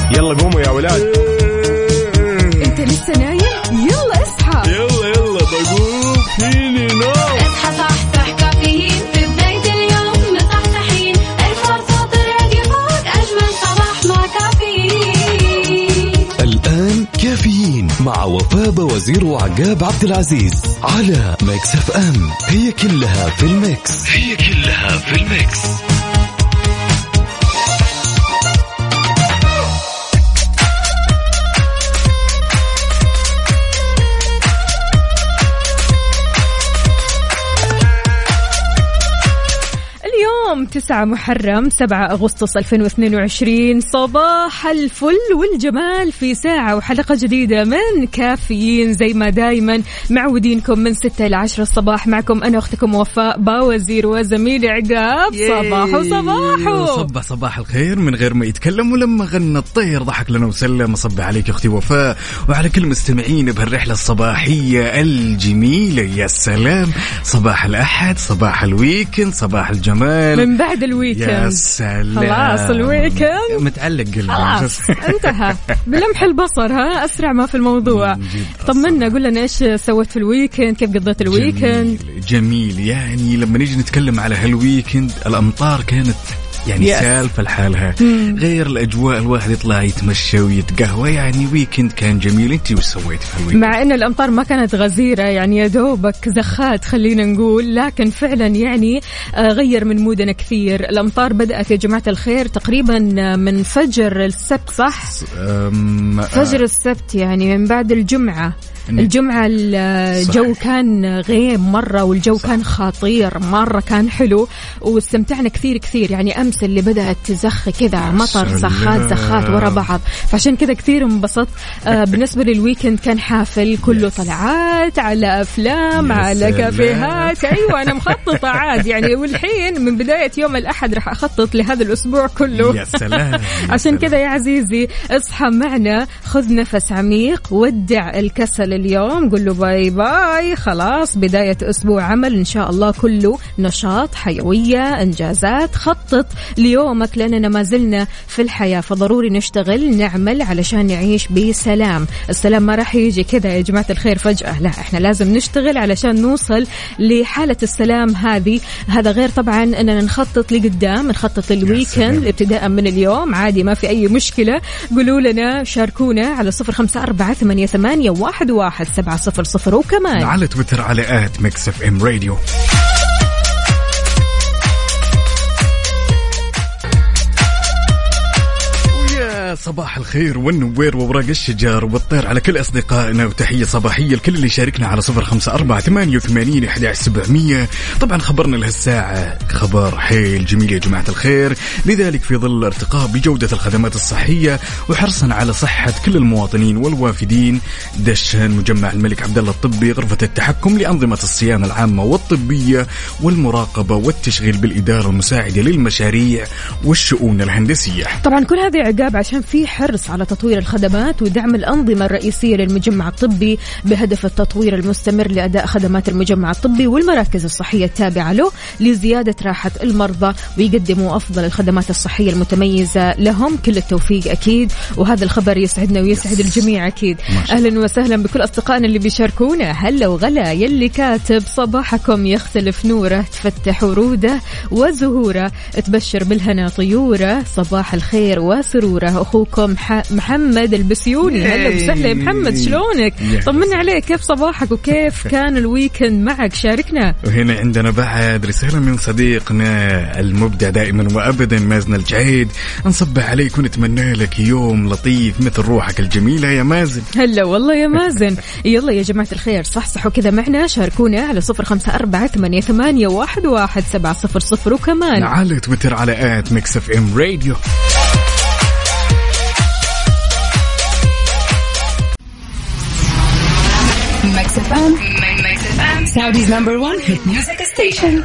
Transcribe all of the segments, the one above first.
يلا قوموا يا ولاد. انت لسه نايم؟ يلا اصحى. يلا بقوم فيني نوم. اصحى صحصح كافيين في بداية اليوم مصحصحين. الفرصة تراقي فوق أجمل صباح مع كافيين. الآن كافيين مع وفاء وزير وعقاب عبد العزيز على ميكس اف ام. هي كلها في الميكس. اليوم 9 محرم 7 أغسطس 2022. صباح الفل والجمال في ساعة وحلقة جديدة من كافيين زي ما دايما معودينكم من 6 إلى 10 الصباح. معكم أنا أختكم وفاء باوزير وزميلي عقاب. صباح الخير من غير ما يتكلم، ولما غنى الطير ضحك لنا وسلم. صب عليك أختي وفاء وعلى كل مستمعين بهالرحلة الصباحية الجميلة. يا سلام، صباح الأحد، صباح الويكند، صباح الجمال من بعد الويكند. يا سلام، خلاص الويكند متعلق قلبي. خلاص انتهى بلمح البصر. ها أسرع ما في الموضوع. طمنا، قول لنا إيش سويت في الويكند، كيف قضيت الويكند؟ جميل. يعني لما نيجي نتكلم على هالويكند الأمطار كانت يعني سالفة لحالها، غير الأجواء الواحد يطلع يتمشى ويتقهوى. يعني ويكند كان جميل. انتي وش سويت في الويكند؟ مع ان الأمطار ما كانت غزيرة، يعني يا دوبك زخات خلينا نقول، لكن فعلا يعني غير من مودنا كثير. الأمطار بدأت يا جماعة الخير تقريبا من فجر السبت، صح؟ فجر السبت يعني من بعد الجمعة. الجمعة الجو كان غيم مرة، والجو كان خطير مرة، كان حلو واستمتعنا كثير. يعني أمس اللي بدأت تزخ كذا مطر، زخات ورا بعض، فعشان كذا كثير انبسطت. بالنسبة للويكند كان حافل، كله طلعات على أفلام على كافيهات. أيوة أنا مخططة عاد يعني، والحين من بداية يوم الأحد رح أخطط لهذا الأسبوع كله. يا سلام. عشان كذا يا عزيزي اصحى معنا، خذ نفس عميق، ودع الكسل اليوم، قل له باي باي. خلاص بداية أسبوع عمل إن شاء الله كله نشاط، حيوية، إنجازات. خطط ليومك لأننا ما زلنا في الحياة، فضروري نشتغل نعمل علشان نعيش بسلام. السلام ما راح يجي كذا يا جماعة الخير فجأة، لا احنا لازم نشتغل علشان نوصل لحالة السلام هذه. هذا غير طبعا أننا نخطط لقدام، نخطط الويكند ابتداء من اليوم عادي، ما في أي مشكلة. قولوا لنا، شاركونا على 0548811700 وكمان على تويتر على @mixfmradio. صباح الخير والنوير وورق الشجار والطير على كل أصدقائنا، وتحية صباحية لكل اللي شاركنا على 0548811700. طبعا خبرنا لهالساعة خبر حيل جميل يا جماعة الخير، لذلك في ظل ارتقاء بجودة الخدمات الصحية وحرصا على صحة كل المواطنين والوافدين، دشن مجمع الملك عبدالله الطبي غرفة التحكم لأنظمة الصيانة العامة والطبية والمراقبة والتشغيل بالإدارة المساعدة للمشاريع والشؤون الهندسية. طبعا كل هذه عقاب عشان في حرص على تطوير الخدمات ودعم الأنظمة الرئيسية للمجمع الطبي بهدف التطوير المستمر لأداء خدمات المجمع الطبي والمراكز الصحية التابعة له لزيادة راحة المرضى ويقدموا أفضل الخدمات الصحية المتميزة لهم. كل التوفيق أكيد، وهذا الخبر يسعدنا ويسعد الجميع أكيد. أهلا وسهلا بكل أصدقائنا اللي بيشاركونا. هلا وغلا يلي كاتب صباحكم يختلف نوره، تفتح وروده وزهوره، تبشر بالهنا طيوره، صباح الخير وسروره. أخوكم محمد البسيوني. هلا وسهلا يا محمد، شلونك؟ طمنا عليك، كيف صباحك وكيف كان الويكند معك؟ شاركنا. وهنا عندنا بعد رسالة من صديقنا المبدع دائما وأبدا مازن الجعيد، نصب عليك ونتمنى لك يوم لطيف مثل روحك الجميلة يا مازن. هلا والله يا مازن. يلا يا جماعة الخير صحصحوا كذا معنا، شاركونا على 0548811700 وكمان على تويتر على @mixfmradio. Mix FM, Saudi's #1 hit music station.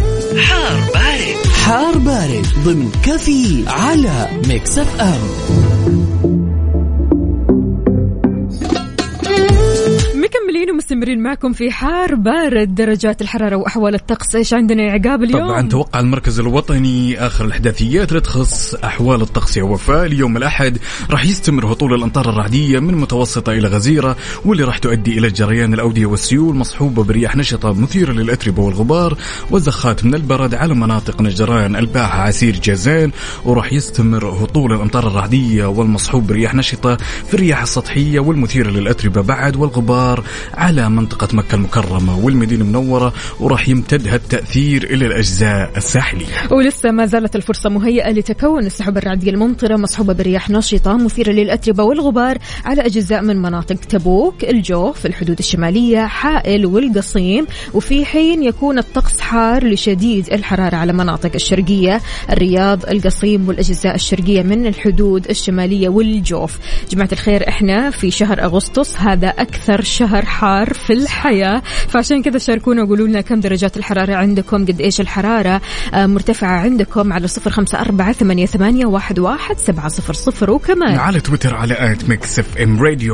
حار بارد ضمن كافي على ميكس اف ام. مكملين مستمرين معكم في حار بارد. درجات الحرارة وأحوال الطقس إيش عندنا يا عقاب اليوم؟ طبعا توقع المركز الوطني آخر الإحداثيات اللي تخص أحوال الطقس يا وفاء. اليوم الأحد راح يستمر هطول الأمطار الرعدية من متوسطة إلى غزيرة، واللي راح تؤدي إلى جريان الأودية والسيول مصحوبة برياح نشطة مثيرة للأتربة والغبار وزخات من البرد على مناطق نجران، الباحة، عسير، جازان. وراح يستمر هطول الأمطار الرعدية والمصحوب برياح نشطة في الرياح السطحية والمثيرة للأتربة بعد والغبار على منطقة مكة المكرمة والمدينة المنورة، وراح يمتد هالتأثير إلى الأجزاء الساحلية. ولسه ما زالت الفرصة مهيئة لتكون السحب الرعدية الممطرة مصحوبة برياح نشطة مثيرة للأتربة والغبار على أجزاء من مناطق تبوك، الجوف، الحدود الشمالية، حائل والقصيم. وفي حين يكون الطقس حار لشديد الحرارة على مناطق الشرقية، الرياض، القصيم والأجزاء الشرقية من الحدود الشمالية والجوف. جماعة الخير احنا في شهر أغسطس، هذا أكثر شهر حار في الحياة، فعشان كذا شاركونا وقولوا لنا كم درجات الحرارة عندكم، قد إيش الحرارة مرتفعة عندكم على 0548811700 وكمان على تويتر على @mixfmradio.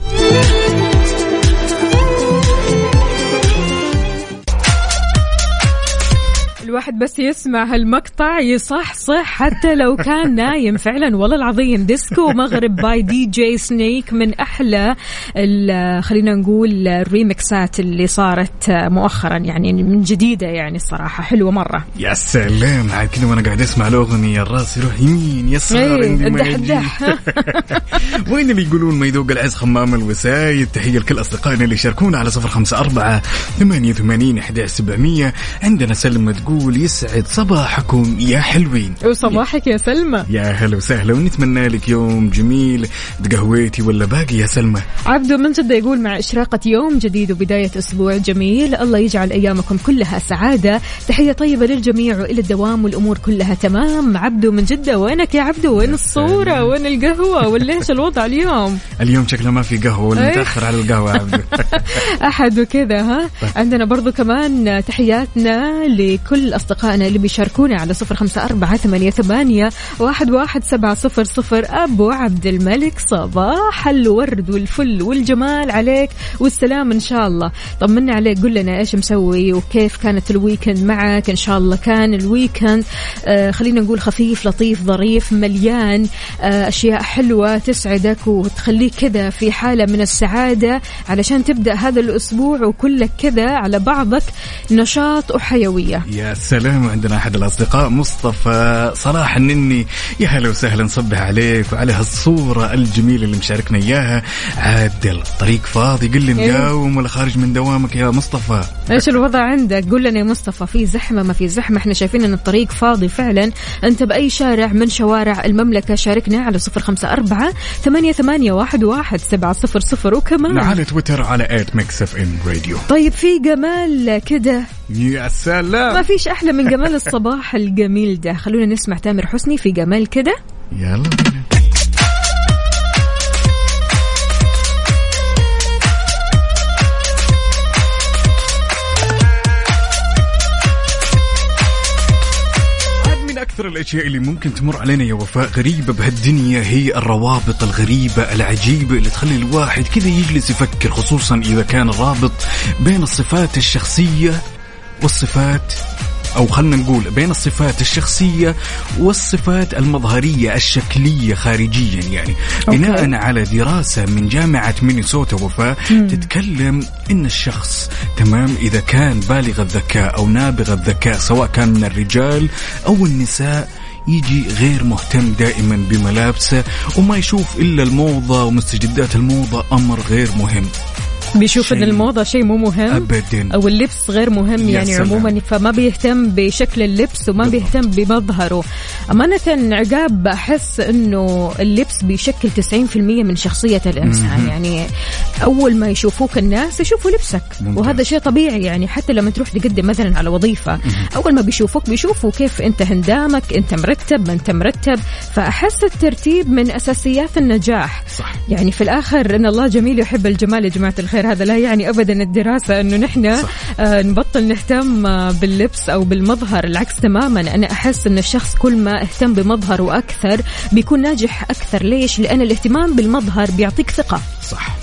الواحد بس يسمع هالمقطع يصحصح حتى لو كان نايم فعلا. والله العظيم ديسكو مغرب باي دي جي سنيك من أحلى خلينا نقول الريمكسات اللي صارت مؤخرا، يعني من جديدة، يعني الصراحة حلوة مرة. يا سلام على كده وانا قاعد اسمع الأغنية الراس يروح يمين يسار عندي ما يجي. وين اللي يقولون ما يذوق العز خمام الوسايد. تحية لكل أصدقائنا اللي يشاركونا على 0548811700. عندنا سلمى تقول يسعد صباحكم يا حلوين. وصباحك يا سلمى. يا هلا وسهلا، ونتمنى لك يوم جميل. تقهويتي ولا باقي يا سلمى؟ عبدو من جدة يقول مع إشراقة يوم جديد وبداية أسبوع جميل، الله يجعل أيامكم كلها سعادة. تحية طيبة للجميع وإلى الدوام والأمور كلها تمام. عبدو من جدة، وينك يا عبدو؟ وين الصورة؟ وين القهوة؟ ولا إيش الوضع اليوم؟ اليوم شكله ما في قهوة ولا متأخر على القهوة عبدو. أحد وكذا ها. عندنا برضو كمان تحياتنا لكل أصدقائنا اللي بيشاركونا على 0548811700. أبو عبد الملك، صباح الورد والفل والجمال عليك والسلام إن شاء الله. طمنا عليك، قل لنا إيش مسوي وكيف كانت الويكند معك. إن شاء الله كان الويكند خلينا نقول خفيف لطيف ظريف مليان أشياء حلوة تسعدك وتخليك كذا في حالة من السعادة علشان تبدأ هذا الأسبوع وكلك كذا على بعضك نشاط وحيوية. يا سلام، عندنا أحد الأصدقاء مصطفى صلاح النني، يا هلا وسهلا، نصبح عليك وعلى هالصورة الجميلة اللي مشاركنا إياها. عادل طريق فاضي، قل لي مداوم ولا خارج من دوامك يا مصطفى؟ إيش الوضع عندك؟ قل لنا يا مصطفى، في زحمة ما في زحمة؟ احنا شايفين أن الطريق فاضي فعلا. أنت بأي شارع من شوارع المملكة؟ شاركنا على 0548811700 وكمان على تويتر على @mixfmradio. طيب في جمال كده، يا سلام، ما فيش أحلى من جمال الصباح الجميل ده. خلونا نسمع تامر حسني في جمال كده. يلا بينا. أكثر الأشياء اللي ممكن تمر علينا يا وفاء غريبة بهالدنيا هي الروابط الغريبة العجيبة اللي تخلي الواحد كذا يجلس يفكر، خصوصا إذا كان الرابط بين الصفات الشخصية والصفات، أو خلنا نقول بين الصفات الشخصية والصفات المظهرية الشكلية خارجيا. يعني بناء على دراسة من جامعة مينيسوتا وفاء تتكلم إن الشخص تمام إذا كان بالغ الذكاء أو نابغ الذكاء سواء كان من الرجال أو النساء يجي غير مهتم دائما بملابسه وما يشوف إلا الموضة ومستجدات الموضة أمر غير مهم. بيشوف ان الموضة شيء مو مهم أبداً، او اللبس غير مهم يعني عموما، فما بيهتم بشكل اللبس وما بيهتم بمظهره. أمانة عقاب أحس انه اللبس بيشكل 90% من شخصية الإنسان. يعني اول ما يشوفوك الناس يشوفوا لبسك وهذا شيء طبيعي. يعني حتى لما تروح تقدم مثلا على وظيفة اول ما بيشوفوك بيشوفوا كيف انت هندامك، انت مرتب ما انت مرتب. فأحس الترتيب من اساسيات النجاح. صح. يعني في الاخر ان الله جميل يحب الجمال يا جماعة الخير. هذا لا يعني أبدا الدراسة أنه نحن نبطل نهتم باللبس أو بالمظهر، العكس تماما. أنا أحس أن الشخص كل ما اهتم بمظهره أكثر بيكون ناجح أكثر. ليش؟ لأن الاهتمام بالمظهر بيعطيك ثقة. صح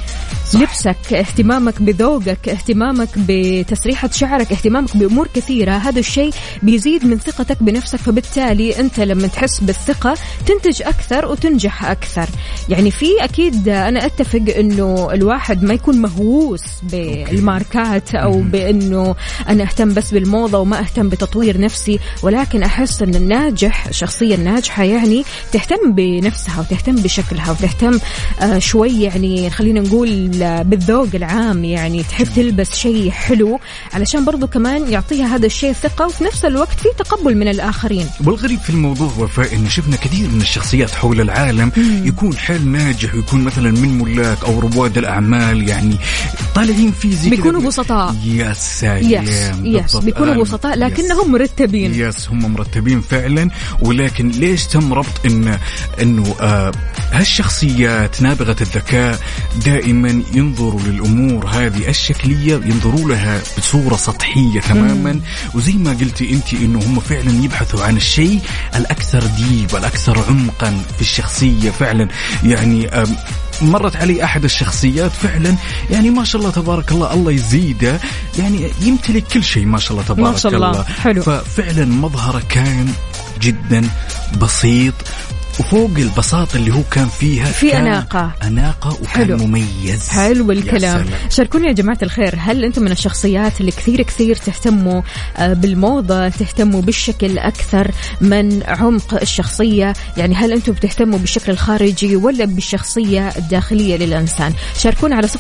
لبسك، اهتمامك بذوقك، اهتمامك بتسريحة شعرك، اهتمامك بأمور كثيرة. هذا الشيء بيزيد من ثقتك بنفسك، فبالتالي أنت لما تحس بالثقة تنتج أكثر وتنجح أكثر. يعني في أكيد أنا أتفق أنه الواحد ما يكون مهووس بالماركات أو بأنه أنا أهتم بس بالموضة وما أهتم بتطوير نفسي، ولكن أحس أن الناجح، شخصية ناجحة يعني تهتم بنفسها وتهتم بشكلها وتهتم شوي يعني خلينا نقول بالذوق العام، يعني تحب تلبس شيء حلو علشان برضو كمان يعطيها هذا الشيء ثقة، وفي نفس الوقت في تقبل من الآخرين. والغريب في الموضوع وفاء إن شفنا كثير من الشخصيات حول العالم يكون حال ناجح ويكون مثلا من ملاك أو رواد الأعمال، يعني طالعين في زي بيكونوا بسطاء. يا سلام. يس بيكونوا بسطاء لكنهم مرتبين. هم مرتبين فعلا. ولكن ليش تم ربط إنه هالشخصيات نابغة الذكاء دائما ينظروا للأمور هذه الشكلية، ينظروا لها بصورة سطحية تماما. وزي ما قلتي أنت إنه هم فعلا يبحثوا عن الشيء الأكثر ديب، الأكثر عمقا في الشخصية فعلا. يعني مرت علي أحد الشخصيات فعلا يعني ما شاء الله تبارك الله، الله يزيده، يعني يمتلك كل شيء ما شاء الله تبارك ما شاء الله. حلو. ففعلا مظهره كان جدا بسيط، وفوق البساطة اللي هو كان فيها في أناقة وكان حلو. مميز. حلو الكلام. شاركوني يا جماعة الخير، هل أنتم من الشخصيات اللي كثير تهتموا بالموضة، تهتموا بالشكل أكثر من عمق الشخصية؟ يعني هل أنتم بتهتموا بالشكل الخارجي ولا بالشخصية الداخلية للإنسان؟ شاركونا على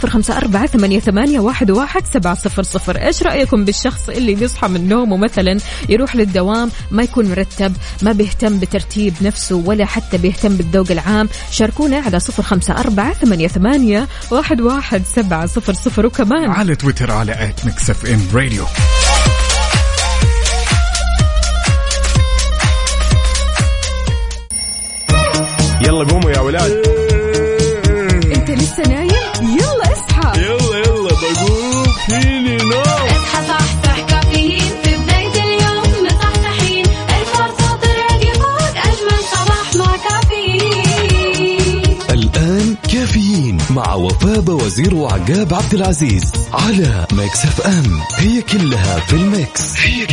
0548811700. إيش رأيكم بالشخص اللي بيصحى من النوم ومثلا يروح للدوام ما يكون مرتب، ما بيهتم بترتيب نفسه ولا حتى بيهتم بالذوق العام؟ شاركونا على 0548811700 وكمان على تويتر على @mixfmradio. يلا قوموا يا ولاد. انت لسه نايم؟ يلا اصحى. يلا بقوم فيني نوم. اصحى صحصح كافيين في بداية اليوم مصحصحين، الفرصة تراقي فوق أجمل صباح مع كافيين. الآن كافيين مع وفاء وزير وعقاب عبد العزيز على ميكس اف ام. هي كلها في الميكس.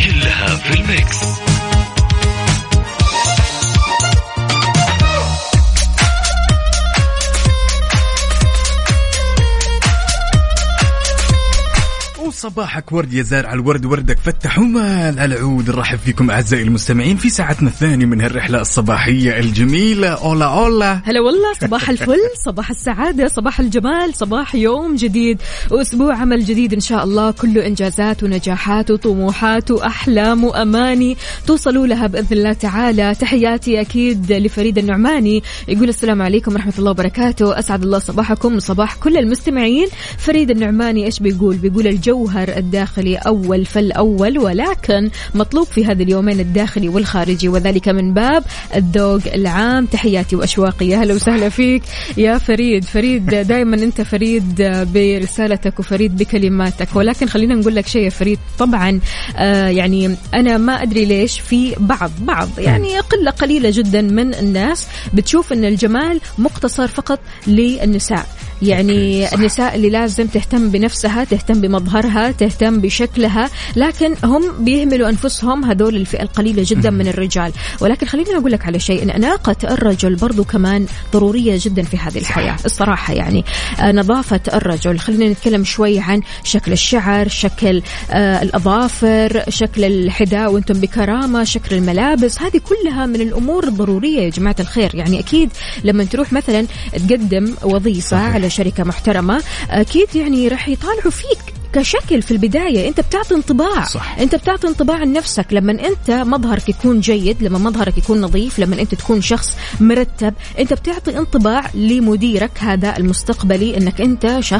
صباحك ورد يا زارع الورد، وردك فتح ومال على العود. نرحب فيكم أعزائي المستمعين في ساعتنا الثانية من هالرحلة الصباحية الجميلة. أولا هلا والله، صباح الفل، صباح السعادة، صباح الجمال، صباح يوم جديد وأسبوع عمل جديد إن شاء الله، كله إنجازات ونجاحات وطموحات وأحلام وأماني توصلوا لها بإذن الله تعالى. تحياتي أكيد لفريد النعماني، يقول السلام عليكم ورحمة الله وبركاته، أسعد الله صباحكم وصباح كل المستمعين. فريد النعماني إيش بيقول الجوهر الداخلي أول فالأول، ولكن مطلوب في هذا اليومين الداخلي والخارجي، وذلك من باب الذوق العام. تحياتي وأشواقي، يا هلا وسهلا فيك يا فريد دائما أنت فريد برسالتك وفريد بكلماتك. ولكن خلينا نقول لك شيء يا فريد، طبعا يعني أنا ما أدري ليش في بعض يعني قلة قليلة جدا من الناس بتشوف أن الجمال مقتصر فقط للنساء. يعني النساء اللي لازم تهتم بنفسها، تهتم بمظهرها، تهتم بشكلها، لكن هم بيهملوا أنفسهم، هذول الفئة القليلة جدا من الرجال. ولكن خليني أقول لك على شيء، إن أناقة الرجل برضو كمان ضرورية جدا في هذه الحياة الصراحة. يعني نظافة الرجل، خلينا نتكلم شوي عن شكل الشعر، شكل الأظافر، شكل الحذاء وانتم بكرامة، شكل الملابس، هذه كلها من الأمور الضرورية يا جماعة الخير. يعني أكيد لما تروح مثلا تقدم وظيفة على شركة محترمة، أكيد يعني رح يطالعوا فيك كشكل في البداية. أنت بتعطي انطباع، أنت بتعطي انطباع عن نفسك. لما أنت مظهرك يكون جيد، لما مظهرك يكون نظيف، لما أنت تكون شخص مرتب، أنت بتعطي انطباع لمديرك هذا المستقبلي أنك أنت شخص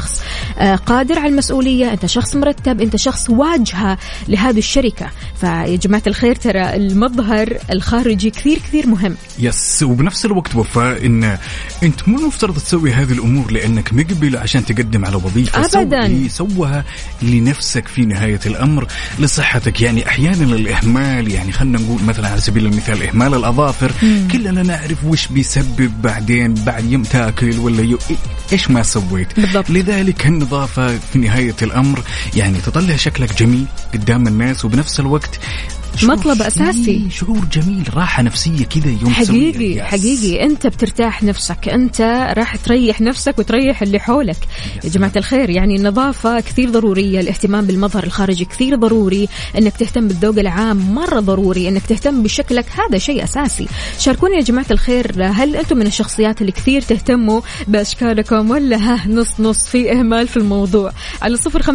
قادر على المسؤولية، أنت شخص مرتب، أنت شخص واجهة لهذه الشركة. فيا جماعة الخير ترى المظهر الخارجي كثير كثير مهم. يس. وبنفس الوقت وفاء إن أنت مو مفترض تسوي هذه الأمور لأنك مقبل عشان تقدم على وظيفة. أبدا. سوها لنفسك في نهاية الأمر، لصحتك. يعني أحيانا الإهمال، يعني خلنا نقول مثلا على سبيل المثال إهمال الأظافر، كلنا نعرف وش بيسبب بعدين بعد يوم تاكل ولا إيش ما سويت. بالضبط. لذلك النظافة في نهاية الأمر يعني تطلع شكلك جميل قدام الناس، وبنفس الوقت مطلب أساسي، شعور جميل، راحة نفسية كذا يوم حقيقي. حقيقي أنت بترتاح نفسك، أنت راح تريح نفسك وتريح اللي حولك. يا جماعة الخير يعني النظافة كثير ضرورية، الاهتمام بالمظهر الخارجي كثير ضروري، أنك تهتم بالذوق العام مرة ضروري، أنك تهتم بشكلك هذا شيء أساسي. شاركوني يا جماعة الخير، هل أنتم من الشخصيات اللي كثير تهتموا بأشكالكم ولا نص نص في إهمال في الموضوع؟ على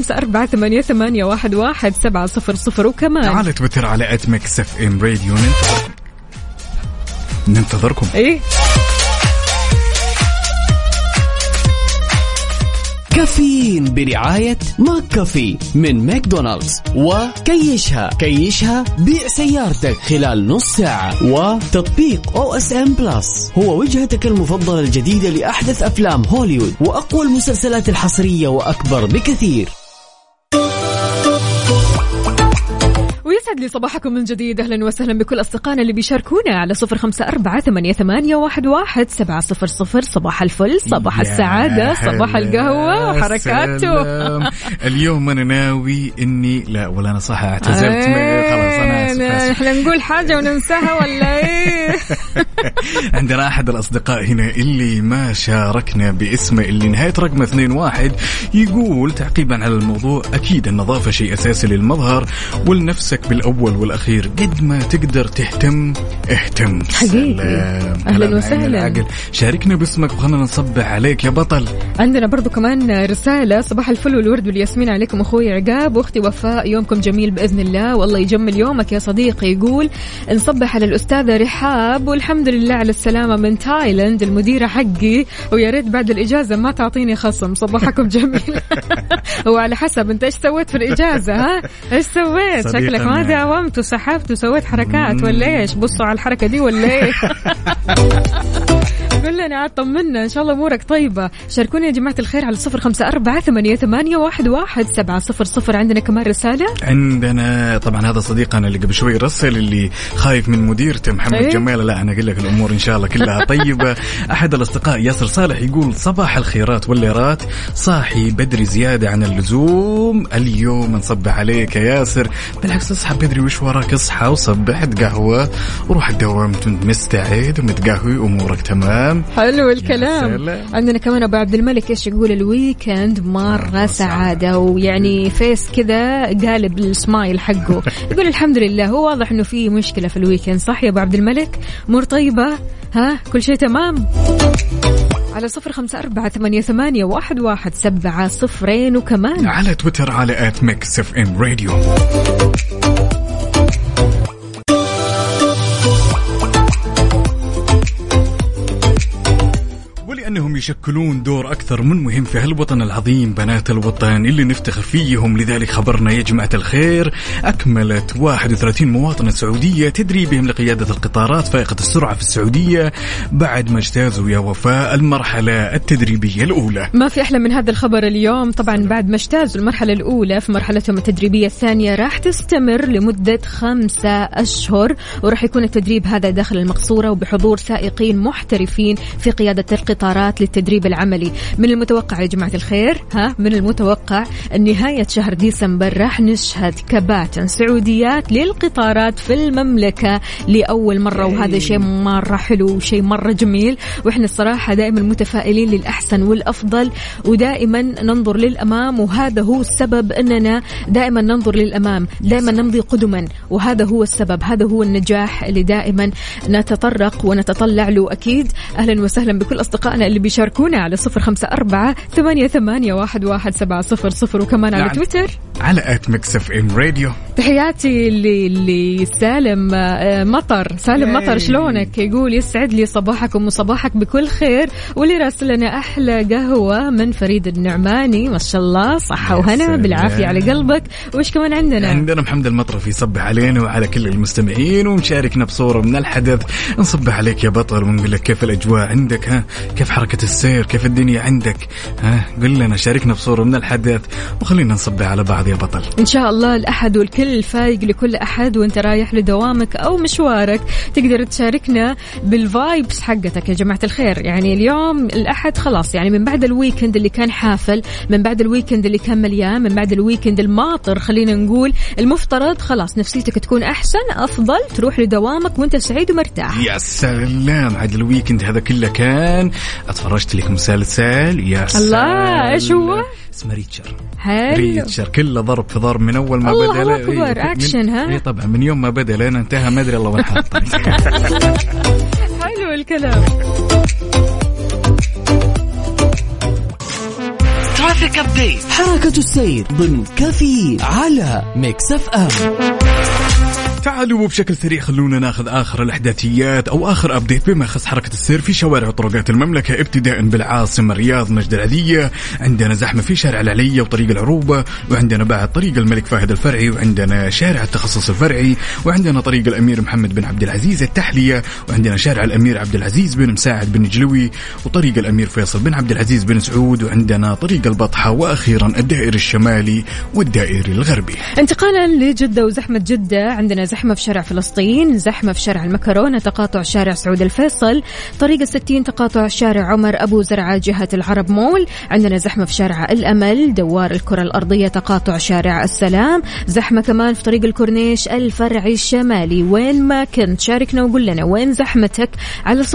0548811700. وكمان على تويتر على @mixfm radio. ننتظركم. إيه؟ كافيين برعاية ماك كافي من ماكدونالدز، وكيشها بيع سيارتك خلال نص ساعة، وتطبيق OSM Plus هو وجهتك المفضلة الجديدة لأحدث أفلام هوليوود وأقوى المسلسلات الحصرية وأكبر بكثير. ويسعد لي صباحكم من جديد. أهلا وسهلا بكل أصدقائنا اللي بيشاركونا على 0548811700. صباح الفل، صباح السعادة، صباح القهوة وحركاته. اليوم أنا ناوي إني لا ولا أنا صح اعتزلت. خلاص أنا آسف. إحنا نقول حاجة وننساها ولا إيه؟ عندنا أحد الأصدقاء هنا اللي ما شاركنا باسمه، اللي نهاية رقم 21 يقول تعقيبا على الموضوع: أكيد النظافة شيء أساسي للمظهر ولنفسك بالأول والأخير، قد ما تقدر تهتم اهتم. حقيقي. أهلا وسهلا. شاركنا باسمك وخلنا نصبح عليك يا بطل. عندنا برضو كمان رسالة: صباح الفل والورد والياسمين عليكم أخوي عقاب وأختي وفاء، يومكم جميل بإذن الله والله يجمل يومك يا صديقي. يقول نصبح على الأستاذة رحاب والحمد لله على السلامة من تايلاند، المديرة حقي، ويا ريت بعد الإجازة ما تعطيني خصم. صباحكم جميل. هو على حسب أنت إيش سويت في الإجازة، ها إيش سويت؟ شكلك ما داومت وسحبت وسويت حركات ولا إيش؟ بصوا على الحركة دي ولا إيه؟ كلنا عاد طمنا، إن شاء الله أمورك طيبة. شاركوني يا جماعة الخير على 0548811700. عندنا كمان رسالة. عندنا طبعا هذا صديقنا اللي قبل شوي رسل، اللي خايف من مديرته محمد جمال. لا أنا أقول لك الأمور إن شاء الله كلها طيبة. أحد الأصدقاء ياسر صالح يقول: صباح الخيرات والليرات، صاحي بدري زيادة عن اللزوم اليوم، نصبح عليك يا ياسر. بالعكس اصحى بدري، وش وراك؟ اصحى وصبحت قهوة وروح الدوام مستعد ومتقهوي، أمورك تمام. حلو الكلام. عندنا كمان أبو عبد الملك إيش يقول: الويكند مرة سعادة، ويعني فيس كذا قالب السمايل حقه. يقول الحمد لله. هو واضح إنه في مشكلة في الويكند، صح يا أبو عبد الملك؟ أمور طيبة؟ ها كل شيء تمام؟ على 0548811700. وكمان على تويتر على @mixfm radio. أنهم يشكلون دور أكثر من مهم في هالوطن العظيم، بنات الوطن اللي نفتخر فيهم. لذلك خبرنا يا جماعة الخير: أكملت 31 مواطنة سعودية تدريبهم لقيادة القطارات فائقة السرعة في السعودية بعد ما اجتازوا يا وفاء المرحلة التدريبية الأولى. ما في أحلى من هذا الخبر اليوم. طبعا بعد ما اجتازوا المرحلة الأولى، في مرحلتهم التدريبية الثانية راح تستمر لمدة 5 أشهر، وراح يكون التدريب هذا داخل المقصورة وبحضور سائقين محترفين في قيادة القطارات للتدريب العملي. من المتوقع يا جماعة الخير، من المتوقع أن نهاية شهر ديسمبر راح نشهد كباتن سعوديات للقطارات في المملكة لأول مرة، وهذا شيء مرة حلو وشيء مرة جميل. وإحنا الصراحة دائما متفائلين للأحسن والأفضل، ودائما ننظر للأمام، وهذا هو السبب أننا دائما ننظر للأمام، دائما نمضي قدما، وهذا هو السبب، هذا هو النجاح اللي دائما نتطرق ونتطلع له. أكيد أهلا وسهلا بكل أصدقائنا اللي بيشاركونا على 0548811700. وكمان على تويتر على @ميكس اف ام راديو. تحياتي اللي سالم مطر شلونك؟ يقول يسعد لي صباحكم وصباحك بكل خير، واللي راسل لنا أحلى قهوة من فريد النعماني. ما شاء الله، صحة وهنا بالعافية على قلبك. وإيش كمان عندنا محمد المطرفي يصبح علينا وعلى كل المستمعين ومشاركنا بصورة من الحدث. نصبح عليك يا بطل ونقول لك كيف الأجواء عندك، كيف حركة السير، كيف الدنيا عندك، قل لنا، شاركنا بصورة من الحدث وخلينا نصبح على بعض يا بطل. إن شاء الله الأحد والكل فايق لكل أحد، وانت رايح لدوامك أو مشوارك تقدر تشاركنا بالفايبس حقتك يا جماعة الخير. يعني اليوم الأحد خلاص، يعني من بعد الويكند اللي كان حافل، من بعد الويكند اللي كان مليان، من بعد الويكند الماطر خلينا نقول، المفترض خلاص نفسيتك تكون أحسن، أفضل تروح لدوامك وانت سعيد ومرتاح. يا سلام، عاد الويكند هذا كله كان اتفرجت لك مسلسل يا سلام. الله، ايش هو؟ اسمه ريتشر. حلو. ريتشر كله ضرب في ضرب من اول ما الله بدا. اكبر، اكشن. اي طبعا من يوم ما بدا لين انتهى ما ادري الله وين حاط. حلو الكلام. ترافيك ابديت، حركة السير ضمن كافيين على ميكس اف ام. تعالوا بشكل سريع خلونا ناخذ آخر الأحداثيات أو آخر أبديت بما يخص حركة السير في شوارع وطرقات المملكة، ابتداء بالعاصمة الرياض مجد العذية، عندنا زحمة في شارع العلية وطريق العروبة، وعندنا بعد طريق الملك فهد الفرعي، وعندنا شارع التخصص الفرعي، وعندنا طريق الأمير محمد بن عبد العزيز التحلية، وعندنا شارع الأمير عبد العزيز بن مساعد بن جلوي، وطريق الأمير فيصل بن عبد العزيز بن سعود، وعندنا طريق البطحة، وأخيرا الدائري الشمالي والدائري الغربي. انتقالا لجدة وزحمة جدة، عندنا زحمة في شارع فلسطين، زحمة في شارع المكرونة، تقاطع شارع سعود الفيصل، طريق 60 تقاطع شارع عمر أبو زرعة جهة العرب مول، عندنا زحمة في شارع الأمل، دوار الكرة الأرضية، تقاطع شارع السلام، زحمة كمان في طريق الكورنيش الفرعي الشمالي. وين ما كنت شاركنا وقول لنا وين زحمتك على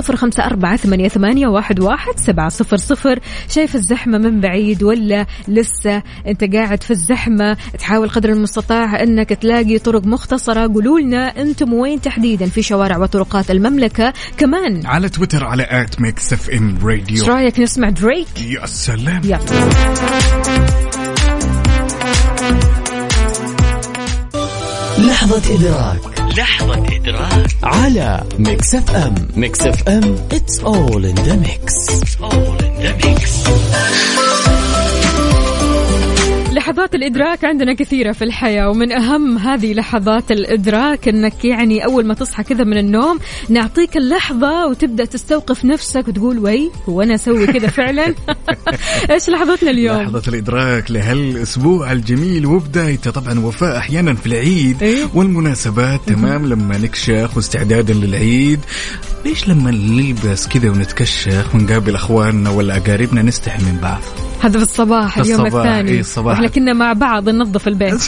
0548811700. شايف الزحمة من بعيد ولا لسه انت قاعد في الزحمة؟ تحاول قدر المستطاع انك تلاقي طرق مختصرة. قولوا لنا انتم وين تحديدا في شوارع وطرقات المملكة. كمان على تويتر على @mixfmradio. ايش رايك نسمع دريك؟ يا سلام. يلا. لحظة إدراك على ميكس اف ام. ميكس اف ام it's all in the mix. لحظات الإدراك عندنا كثيرة في الحياة، ومن أهم هذه لحظات الإدراك أنك يعني أول ما تصحى كذا من النوم نعطيك اللحظة وتبدأ تستوقف نفسك وتقول وي هو أنا أسوي كذا فعلا. إيش لحظتنا اليوم؟ لحظة الإدراك لهالأسبوع الجميل وبدايته طبعا وفاء أحيانا في العيد والمناسبات. تمام، لما نكشخ واستعدادا للعيد، ليش لما نلبس كذا ونتكشخ ونقابل أخواننا ولا أقاربنا نستحي من بعض؟ هذا في الصباح اليوم الثاني احنا كنا مع بعض ننظف البيت.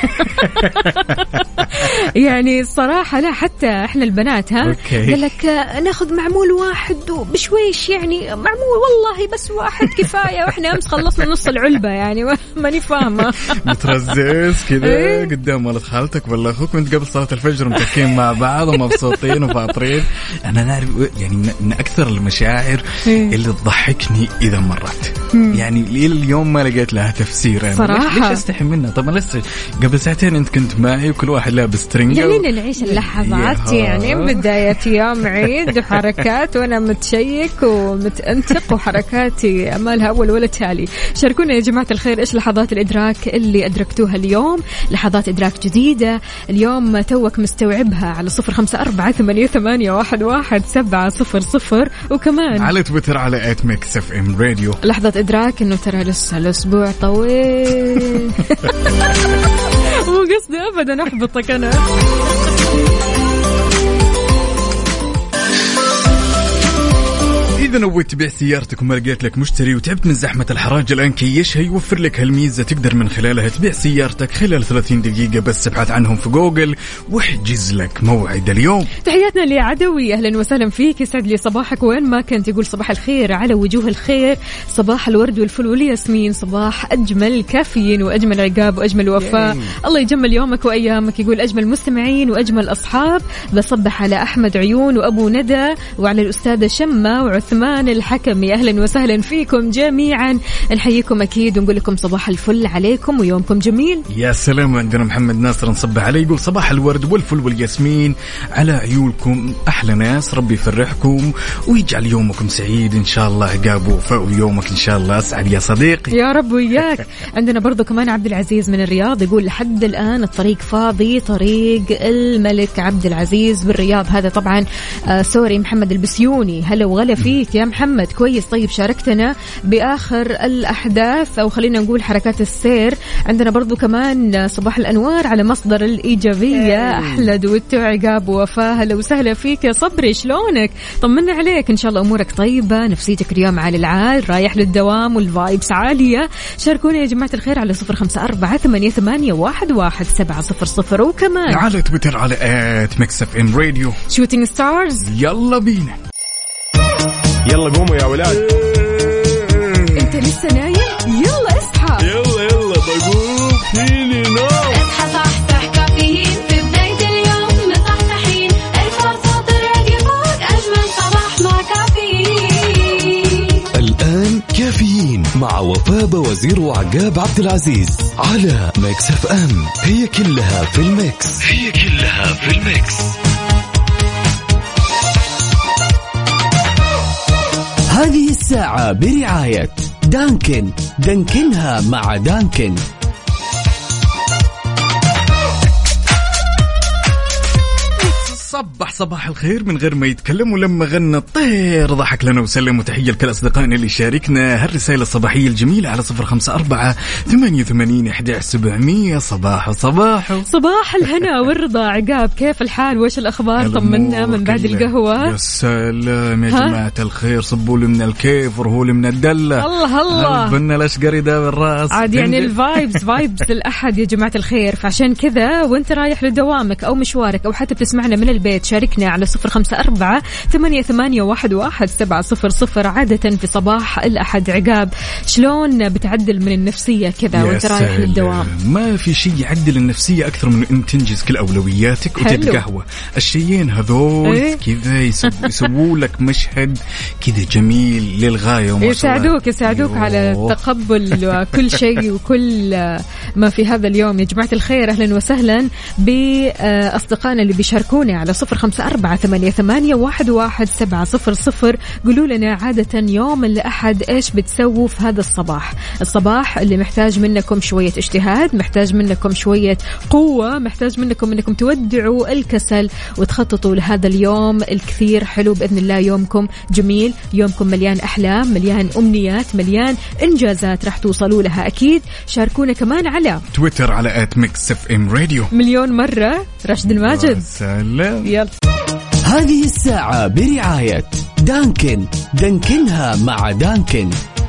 يعني الصراحة لا، حتى احنا البنات قال لك ناخذ معمول واحد بشويش، يعني معمول والله بس واحد كفاية، واحنا امس خلصنا نص العلبة، يعني ماني فاهمة. مترزز كذا قدام ولد خالتك ولا اخوك وانت قبل صلاة الفجر متكين مع بعض ومبسوطين وفاطرين. انا نعرف يعني من اكثر المشاعر اللي تضحكني اذا مرت، يعني اليوم ما لقيت لها تفسير صراحة. ليش استحي منها؟ طبعا لسه قبل ساعتين انت كنت معي وكل واحد لابس ترنجة يعني نعيش اللحظات، يعني بداية يوم عيد وحركات وانا متشيك ومتأنتق وحركاتي مالها اول ولا تالي. شاركونا يا جماعة الخير ايش لحظات الادراك اللي ادركتوها اليوم، لحظات ادراك جديدة اليوم توك مستوعبها على 0548811700. وكمان على تويتر على @mixfmradio. لحظة ادراك انه ترى لسه الأسبوع طويل. مو قصدي أبدا أحبطك أنا. إذا نويت تبيع سيارتك وما لقيت لك مشتري وتعبت من زحمة الحراج، الآن كيشها يوفر لك هالميزة، تقدر من خلالها تبيع سيارتك خلال 30 دقيقة بس. ابحث عنهم في جوجل واحجز لك موعد اليوم. تحياتنا لعدوي، أهلا وسهلا فيك، يسعد لي صباحك وين ما كنت. يقول صباح الخير على وجوه الخير، صباح الورد والفل والياسمين، صباح أجمل كافيين وأجمل عقاب وأجمل وفاء. الله يجمل يومك وأيامك. يقول أجمل مستمعين وأجمل أصحاب، بصبح على أحمد عيون وأبو ندى وعلى الأستاذة شمة وعثمان كمان الحكمي. أهلا وسهلا فيكم جميعا، نحييكم أكيد ونقول لكم صباح الفل عليكم ويومكم جميل. يا سلام. عندنا محمد ناصر نصبح عليه يقول صباح الورد والفل والياسمين على عيولكم، أحلى ناس، ربي يفرحكم ويجعل يومكم سعيد إن شاء الله. عقاب وفاء ويومك إن شاء الله أسعد يا صديقي. يا رب وياك. عندنا برضو كمان عبد العزيز من الرياض يقول لحد الآن الطريق فاضي، طريق الملك عبد العزيز بالرياض. هذا طبعا سوري محمد البسيوني. هلا وغلا فيك يا محمد. كويس. طيب شاركتنا بآخر الأحداث أو خلينا نقول حركات السير. عندنا برضو كمان صباح الأنوار على مصدر الإيجابية أحلى دوتو عقاب ووفاء. هلا وسهلا فيك يا صبري، شلونك؟ طمنا عليك، إن شاء الله أمورك طيبة، نفسيتك اليوم عالي العال، رايح للدوام والفايبس عالية. شاركونا يا جماعة الخير على 0548811700 وكمان على تويتر على @mixfm radio شوتينج ستارز. يلا بينا. يلا قوموا يا ولاد. انت لسه نايم؟ يلا اصحى. يلا بقوم فيني نوم. اصحى صحصح كافيين في بداية اليوم مصحصحين، الفرصة تراقي فوق أجمل صباح مع كافيين. الآن كافيين مع وفاء وزير وعقاب عبد العزيز على ميكس اف ام. هي كلها في الميكس. هذه الساعة برعاية دانكن، دانكنها مع دانكن. صباح الخير من غير ما يتكلم، ولما غنى الطير ضحك لنا وسلم. وتحية لكل أصدقائنا اللي شاركنا هالرسالة الصباحية الجميلة على 0548811700. صباح الهنا والرضا. عقاب كيف الحال؟ وش الأخبار؟ طمنا من بعد القهوة. يا سلام يا جماعة الخير، صبوا لي من الكيف ورهوا لي من الدلة. الله قلنا الأشقري ده بالراس عاد، يعني الفايبس الأحد يا جماعة الخير. فعشان كذا وانت رايح لدوامك أو مشوارك أو حتى بتسمعنا من البيت، شاركنا على 0548811700. عادة في صباح الأحد عقاب شلون بتعدل من النفسية كذا وانت رايح للدوام؟ ما في شيء يعدل النفسية أكثر من أن تنجز كل أولوياتك وتتقهوى. الشيئين هذول كذا يسووا لك مشهد كذا جميل للغاية، وما يساعدوك على تقبل كل شيء وكل ما في هذا اليوم. يا جماعة الخير أهلا وسهلا بأصدقائنا اللي بيشاركونا على 0548811700. قولوا لنا عادة يوم الأحد إيش بتسووا في هذا الصباح اللي محتاج منكم شوية اجتهاد، محتاج منكم شوية قوة، محتاج منكم أنكم تودعوا الكسل وتخططوا لهذا اليوم الكثير حلو بإذن الله. يومكم جميل، يومكم مليان أحلام، مليان أمنيات، مليان إنجازات راح توصلوا لها أكيد. شاركونا كمان على تويتر على @mixfm radio. مليون مرة رشد الماجد. سلام. يلا. هذه الساعة برعاية دانكن، دانكنها مع دانكن.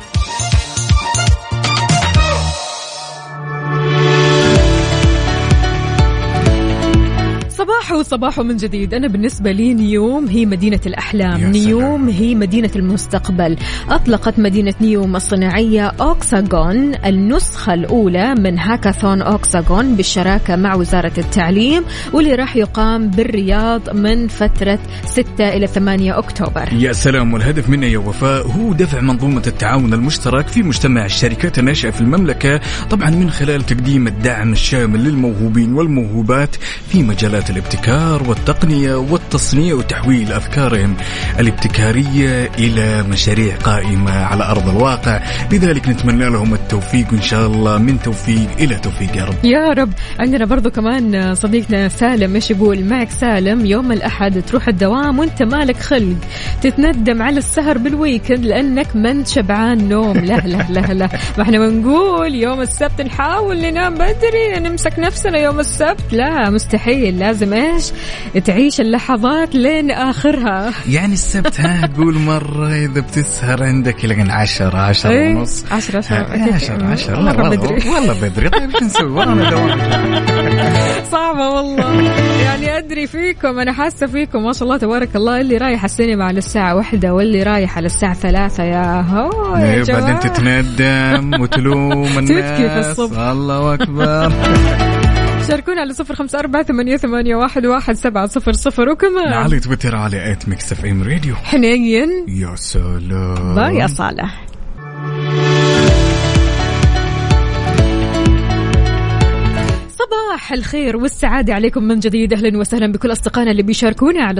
صباح من جديد. أنا بالنسبة لي نيوم هي مدينة الأحلام، نيوم هي مدينة المستقبل. أطلقت مدينة نيوم الصناعية أوكساغون النسخة الأولى من هاكاثون أوكساغون بالشراكة مع وزارة التعليم، واللي راح يقام بالرياض من فترة 6 إلى 8 أكتوبر. يا سلام. والهدف منه يا وفاء هو دفع منظومة التعاون المشترك في مجتمع الشركات الناشئة في المملكة، طبعا من خلال تقديم الدعم الشامل للموهوبين والموهوبات في مجالات الابتكار والتقنية والتصنيع وتحويل أفكارهم الابتكارية إلى مشاريع قائمة على أرض الواقع. لذلك نتمنى لهم التوفيق، وإن شاء الله من توفيق إلى توفيق يا رب. يا رب. عندنا برضو كمان صديقنا سالم ايش يقول؟ معك سالم، يوم الأحد تروح الدوام وانت مالك خلق تتندم على السهر بالويكند لأنك من شبعان نوم. لا ما احنا بنقول يوم السبت نحاول ننام بدري، نمسك نفسنا يوم السبت. لا مستحيل، لازم ايش تعيش اللحظات لين آخرها. يعني السبت تقول مرة إذا بتسهر عندك لين 10 ونص 10 والله بدري. طيب شو نسوي؟ والله دوام صعبة والله. يعني أدري فيكم، أنا حاسة فيكم ما شاء الله تبارك الله، اللي رايح السينما على الساعة 1 واللي رايح على الساعة 3. يا هو يا جماعة بعدين تتندم وتلوم الناس. تبكي في الصبح. الله أكبر. شاركونا على 0548811700 وكمان على تويتر على @mixfm radio. حنين يا سلام. باي يا صالح. صباح الخير والسعادة عليكم من جديد. أهلا وسهلا بكل أصدقائنا اللي بيشاركونا على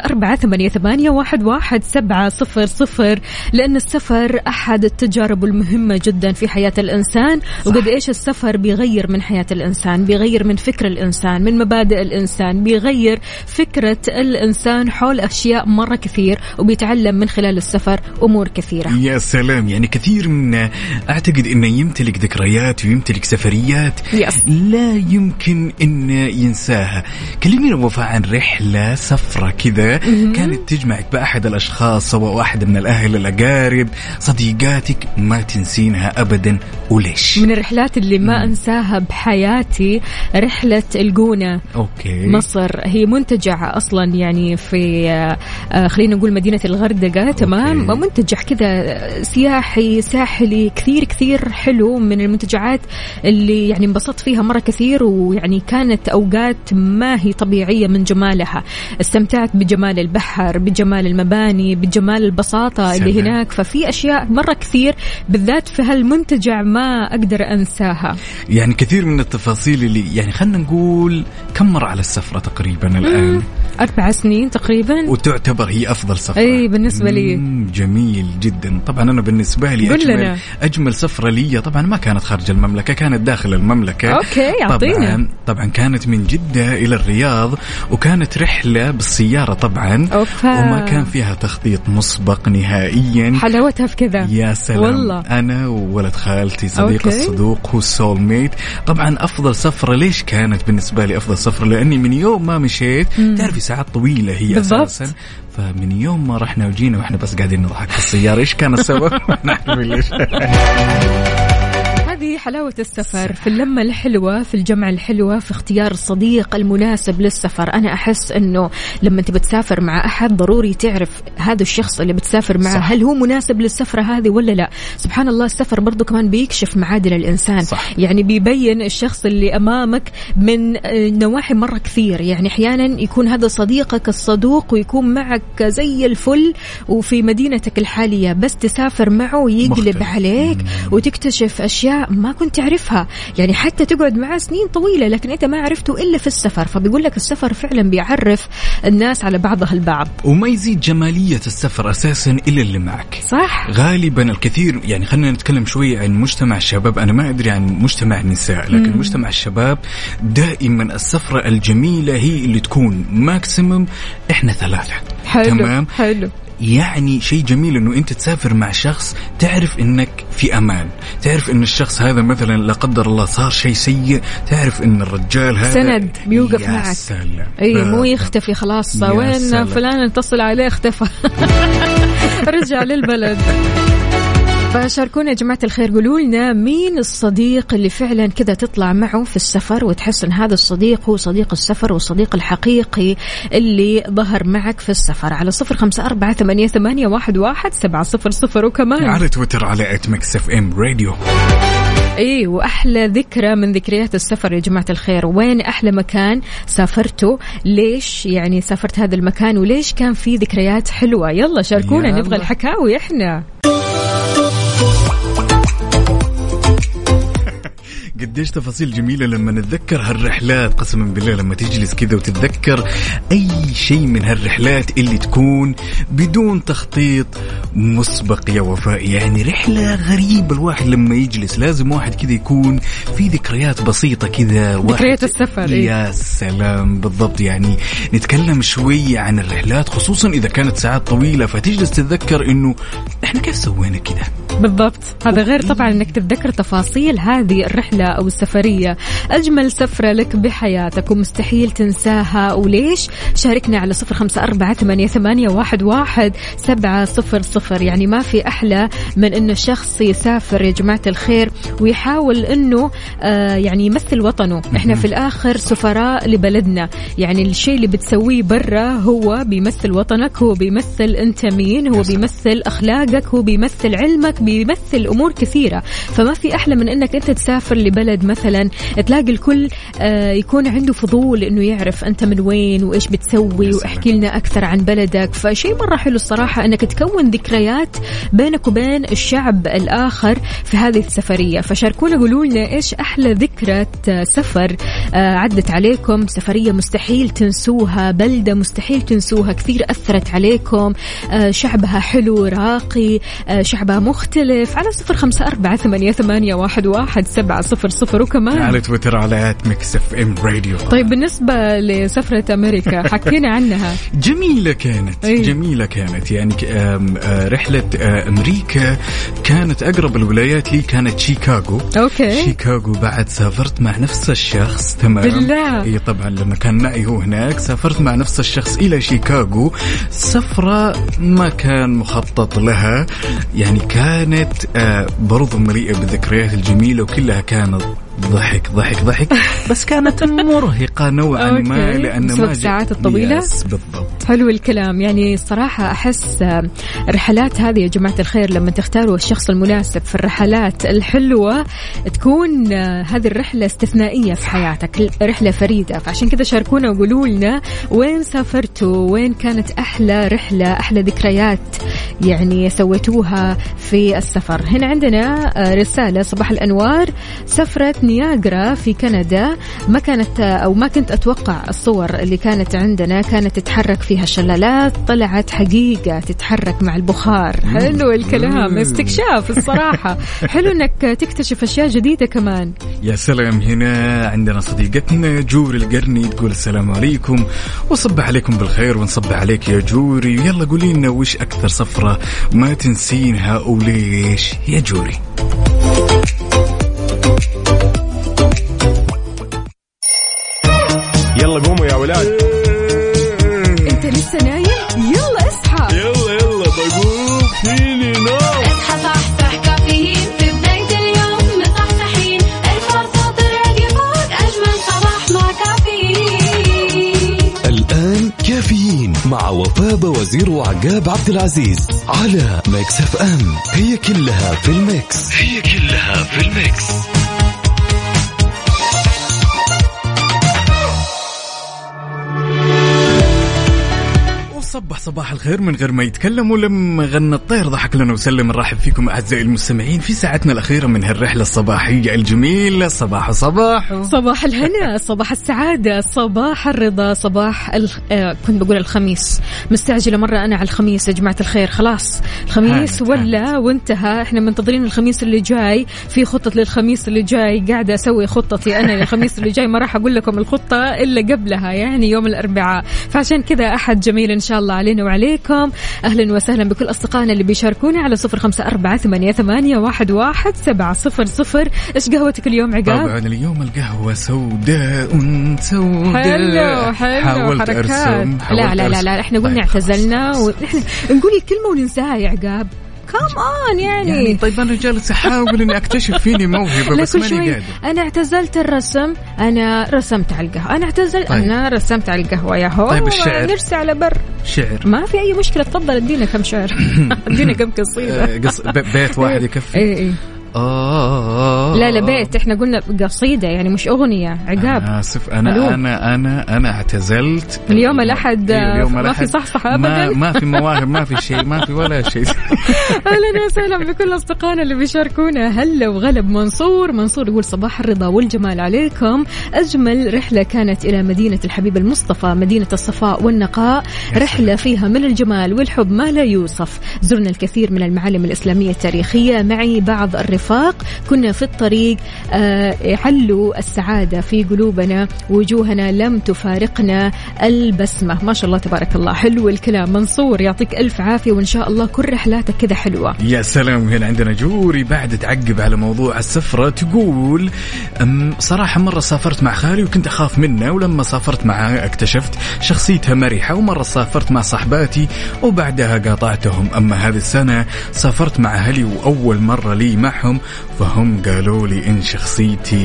0548811700 لأن السفر أحد التجارب المهمة جدا في حياة الإنسان. وقد إيش السفر بيغير من حياة الإنسان، بيغير من فكر الإنسان، من مبادئ الإنسان، بيغير فكرة الإنسان حول أشياء مرة كثير، وبيتعلم من خلال السفر أمور كثيرة. يا سلام. يعني كثير منا أعتقد إنه يمتلك ذكريات ويمتلك سفريات لا يمكن إن ينساها. كلمينا وفاء عن رحلة سفرة كذا كانت تجمعك بأحد الأشخاص، سواء واحدة من الأهل، الأقارب، صديقاتك، ما تنسينها أبدا، وليش؟ من الرحلات اللي ما أنساها بحياتي رحلة الجونة. مصر. هي منتجع أصلا يعني في خلينا نقول مدينة الغردقة. تمام. منتجع كذا سياحي ساحلي كثير كثير حلو، من المنتجعات اللي يعني انبسطت فيها مرة كثير، ويعني كانت أوقات ما هي طبيعية من جمالها. استمتعت بجمال البحر، بجمال المباني، بجمال البساطة اللي هناك. ففي أشياء مرة كثير بالذات في هالمنتجع ما أقدر أنساها. يعني كثير من التفاصيل اللي يعني خلنا نقول كم مر على السفرة تقريبا الآن؟ 4 سنين تقريبا. وتعتبر هي أفضل سفرة. أي بالنسبة لي. جميل جدا. طبعا أنا بالنسبة لي أجمل سفرة لي طبعا ما كانت خارج المملكة، كانت داخل المملكة. أوكي أعطينا. طبعا كانت من جدة إلى الرياض، وكانت رحلة بالسيارة طبعا. وما كان فيها تخطيط مسبق نهائيا. حلاوتها في كذا. يا سلام والله. أنا وولد خالتي صديق الصدوق هو السول ميت. طبعا أفضل سفرة. ليش كانت بالنسبة لي أفضل سفرة؟ لأني من يوم ما مشيت تعرفي ساعات طويلة هي بالضبط. أساسا فمن يوم ما رحنا وجينا وإحنا بس قاعدين نضحك في السيارة. إيش كان السبب؟ نعرف ليش. هذه حلاوة السفر، في اللمة الحلوة، في الجمع الحلوة، في اختيار الصديق المناسب للسفر. أنا أحس أنه لما أنت بتسافر مع أحد ضروري تعرف هذا الشخص اللي بتسافر معه هل هو مناسب للسفرة هذه ولا لا. سبحان الله السفر برضو كمان بيكشف معادن الإنسان. يعني بيبين الشخص اللي أمامك من نواحي مرة كثير. يعني أحيانا يكون هذا صديقك الصدوق ويكون معك زي الفل وفي مدينتك الحالية، بس تسافر معه يقلب عليك وتكتشف أشياء ما كنت تعرفها. يعني حتى تقعد معه سنين طويلة لكن أنت ما عرفته إلا في السفر. فبيقول لك السفر فعلا بيعرف الناس على بعضها البعض، وما يزيد جمالية السفر أساسا إلا اللي معك. صح. غالبا الكثير يعني خلينا نتكلم شوية عن مجتمع الشباب. أنا ما أدري عن مجتمع النساء، لكن مجتمع الشباب دائما السفرة الجميلة هي اللي تكون ماكسيمم إحنا 3. حلو. تمام. حلو. يعني شيء جميل انه انت تسافر مع شخص تعرف انك في امان، تعرف ان الشخص هذا مثلا لا قدر الله صار شيء سيء، تعرف ان الرجال هذا سند بيوقف معك. اي مو يختفي خلاص وين فلان اتصل عليه اختفى رجع للبلد. فشاركونا يا جماعة الخير، قولوا لنا مين الصديق اللي فعلا كذا تطلع معه في السفر وتحس ان هذا الصديق هو صديق السفر والصديق الحقيقي اللي ظهر معك في السفر. على 0548811700 وكمان على تويتر على @mixfm radio. ايه. واحلى ذكرى من ذكريات السفر يا جماعة الخير، وين احلى مكان سافرته؟ ليش يعني سافرت هذا المكان وليش كان فيه ذكريات حلوة؟ يلا شاركونا نبغى الحكاوي احنا. قديش تفاصيل جميلة لما نتذكر هالرحلات. قسما بالله لما تجلس كذا وتتذكر أي شيء من هالرحلات اللي تكون بدون تخطيط مسبق يا وفاء. يعني رحلة غريبة. الواحد لما يجلس لازم واحد كذا يكون في ذكريات بسيطة كذا. ذكريات السفر. يا سلام بالضبط. يعني نتكلم شوية عن الرحلات خصوصا إذا كانت ساعات طويلة، فتجلس تتذكر إنه إحنا كيف سوينا كذا بالضبط. هذا غير طبعا إنك تتذكر تفاصيل هذه الرحلة أو السفرية. أجمل سفرة لك بحياتك ومستحيل تنساها، وليش؟ شاركنا على 0548811700. يعني ما في أحلى من إنه شخص يسافر يا جماعة الخير ويحاول إنه يعني يمثل وطنه. إحنا في الآخر سفراء لبلدنا. يعني الشيء اللي بتسويه برا هو بيمثل وطنك، هو بيمثل أنت مين، هو بيمثل أخلاقك، هو بيمثل علمك، بيمثل أمور كثيرة. فما في أحلى من إنك أنت تسافر لبلد بلد مثلا تلاقي الكل يكون عنده فضول إنه يعرف أنت من وين وإيش بتسوي واحكي لنا أكثر عن بلدك. فشيء مرة حلو الصراحة أنك تكون ذكريات بينك وبين الشعب الآخر في هذه السفرية. فشاركونا قولوا لنا إيش أحلى ذكرى سفر عدت عليكم، سفرية مستحيل تنسوها، بلدة مستحيل تنسوها، كثير أثرت عليكم، شعبها حلو راقي، شعبها مختلف. على 0548811700 وكمان على تويتر على @mixfm radio. طيب بالنسبة لسفرة أمريكا حكينا عنها. جميلة كانت جميلة كانت يعني رحلة أمريكا كانت أقرب الولايات لي كانت شيكاغو. أوكي. شيكاغو بعد سافرت مع نفس الشخص. تمام. بالله. إيه طبعا لما كان معي هو هناك سافرت مع نفس الشخص إلى شيكاغو. سفرة ما كان مخطط لها يعني كانت برضو مليئة بالذكريات الجميلة وكلها كانت ضحك بس كانت مرهقة نوعا ما لأن ما الساعات الطويلة. بالضبط. حلو الكلام. يعني صراحة أحس الرحلات هذه يا جماعة الخير لما تختاروا الشخص المناسب في الرحلات الحلوة تكون هذه الرحلة استثنائية في حياتك، رحلة فريدة. فعشان كذا شاركونا وقولوا لنا وين سافرتوا، وين كانت أحلى رحلة، أحلى ذكريات يعني سويتوها في السفر. هنا عندنا رسالة صباح الأنوار. سفرة نياجرا في كندا ما كنت أتوقع الصور اللي كانت عندنا كانت تتحرك فيها الشلالات، طلعت حقيقة تتحرك مع البخار. حلو الكلام، استكشاف الصراحة. حلو أنك تكتشف أشياء جديدة كمان. يا سلام. هنا عندنا صديقتنا جوري القرني تقول السلام عليكم وصبح عليكم بالخير ونصبح عليك يا جوري. يلا قولي لنا وش أكثر سفرة ما تنسينها وليش يا جوري. يلا قوموا يا ولاد. انت لسه نايم؟ يلا اصحى. يلا بقوم فيني نوم. اصحى صحصح كافيين في بداية اليوم مصحصحين، الفرصة تراقي فوق أجمل صباح مع كافيين. الآن كافيين مع وفاء وزير وعقاب عبد العزيز على ميكس اف ام. هي كلها في الميكس. صباح الخير من غير ما يتكلم، ولما غنى الطير ضحك لنا وسلم. نرحب فيكم أعزائي المستمعين في ساعتنا الأخيرة من هالرحلة الصباحية الجميلة. صباح الهنا، صباح السعادة، صباح الرضا، صباح كنت بقول الخميس. مستعجلة مرة أنا على الخميس يا جماعة الخير. خلاص الخميس ولا وانتهى. احنا منتظرين الخميس اللي جاي. في خطة للخميس اللي جاي، قاعدة أسوي خطتي أنا للخميس اللي جاي. ما راح أقول لكم الخطة إلا قبلها يعني يوم الأربعاء. فعشان كذا أحد جميل إن شاء الله علينا وعليكم. أهلا وسهلا بكل أصدقائنا اللي بيشاركونا على 0548811700. إيش قهوتك اليوم عقاب؟ طبعا اليوم القهوة سوداء. حلو حاولت أرسم. لا احنا قلنا اعتزلنا ونحن نقول الكلمة وننساها يا عقاب. كمان يعني طيب أنا جالس أحاول إني أكتشف فيني موهبة بس ماني قادر. أنا اعتزلت الرسم، أنا رسمت على القهوة، أنا اعتزلت طيب. أنا رسمت على القهوة يا هو. طيب الشعر نرسي على بر شعر ما في أي مشكلة. تفضل ادينا كم شعر. ادينا كم قصيدة. بيت واحد يكفي. إيه. لا بيت. احنا قلنا قصيدة يعني مش أغنية عقاب. آسف أنا اعتزلت اليوم الأحد. ما في صح أبدا. ما في مواهب، ما في شيء، ما في ولا شيء. أهلا وسهلا بكل أصدقائنا اللي بيشاركونا. هلا وغلب منصور يقول صباح الرضا والجمال عليكم. أجمل رحلة كانت إلى مدينة الحبيب المصطفى، مدينة الصفاء والنقاء. رحلة فيها من الجمال والحب ما لا يوصف. زرنا الكثير من المعالم الإسلامية التاريخية معي بعض الرفاق. كنا في الطريق حلوا السعادة في قلوبنا، وجوهنا لم تفارقنا البسمة. ما شاء الله تبارك الله. حلو الكلام منصور، يعطيك ألف عافية وإن شاء الله كل رحلاتك كذا حلوة. يا سلام. هنا عندنا جوري بعد تعقب على موضوع السفرة تقول صراحة مرة سافرت مع خالي وكنت أخاف منه، ولما سافرت معها اكتشفت شخصيتها مرحة. ومرة سافرت مع صحباتي وبعدها قاطعتهم. أما هذه السنة سافرت مع أهلي وأول مرة لي معهم، فهم قالوا لي إن شخصيتي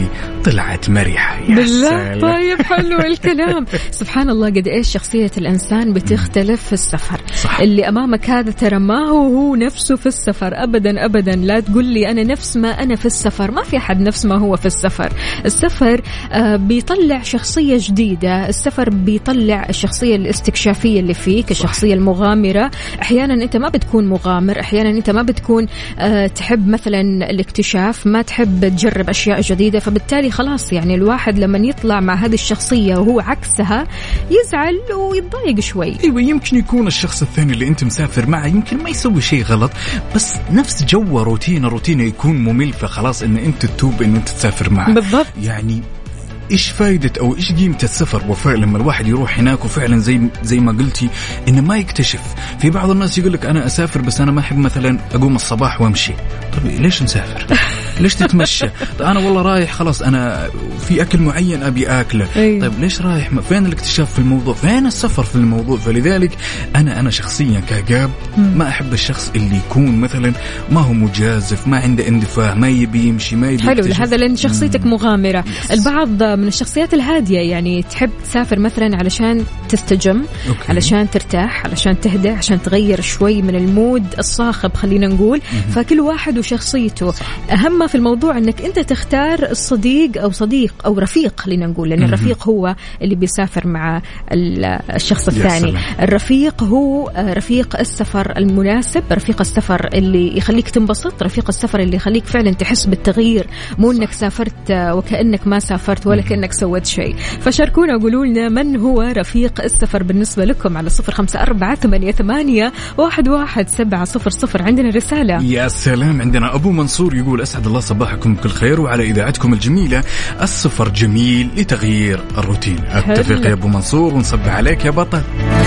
طلعت مرحة. يا بالله سلام. طيب حلو الكلام. سبحان الله قد إيش شخصية الإنسان بتختلف في السفر. صح. اللي أمامك هذا ترى ما هو نفسه في السفر أبدا أبدا. لا تقول لي أنا نفس ما أنا في السفر، ما في أحد نفس ما هو في السفر. السفر بيطلع شخصية جديدة، السفر بيطلع الشخصية الاستكشافية اللي فيك، الشخصية المغامرة. أحيانا أنت ما بتكون مغامر، أحيانا أنت ما بتكون تحب مثلا الاكتشاف، ما تحب تجرب أشياء جديدة. فبالتالي خلاص يعني الواحد لما يطلع مع هذه الشخصية وهو عكسها يزعل ويتضايق شوي. ايوه يمكن يكون الشخص الثاني اللي انت مسافر معه يمكن ما يسوي شيء غلط، بس نفس جو روتينه يكون ممل، فخلاص ان انت تتوب ان انت تسافر معه. بالضبط. يعني إيش فايدة أو إيش قيمة السفر وفاء لما الواحد يروح هناك وفعلا زي ما قلتي إنه ما يكتشف. في بعض الناس يقولك أنا أسافر بس أنا ما أحب مثلا أقوم الصباح وأمشي. طيب ليش نسافر؟ ليش تتمشى؟ أنا والله رايح خلاص أنا في أكل معين أبي أكله. طيب ليش رايح؟ فين الاكتشاف في الموضوع؟ فين السفر في الموضوع؟ فلذلك أنا شخصيا كعقاب ما أحب الشخص اللي يكون مثلا ما هو مجازف، ما عنده اندفاع، ما يبي يمشي، ما يبي حلو يكتشف. هذا لأن شخصيتك مغامرة. البعض من الشخصيات الهادية يعني تحب تسافر مثلا علشان تستجم، علشان ترتاح، علشان تهدأ، عشان تغير شوي من المود الصاخب خلينا نقول. فكل واحد وشخصيته. أهم في الموضوع أنك أنت تختار الصديق أو صديق أو رفيق خلينا نقول، لأن الرفيق هو اللي بيسافر مع الشخص الثاني. الرفيق هو رفيق السفر المناسب، رفيق السفر اللي يخليك تنبسط، رفيق السفر اللي يخليك فعلا تحس بالتغيير، مو أنك سافرت وكأنك ما سافرت ولا كأنك سويت شيء. فشاركونا وقولوا لنا من هو رفيق السفر بالنسبة لكم على 0548811700. عندنا رسالة. يا سلام، عندنا أبو منصور يقول أسعد الله صباحكم بكل خير وعلى إذاعتكم الجميلة. السفر جميل لتغيير الروتين. أتفق يا أبو منصور ونصب عليك يا بطل.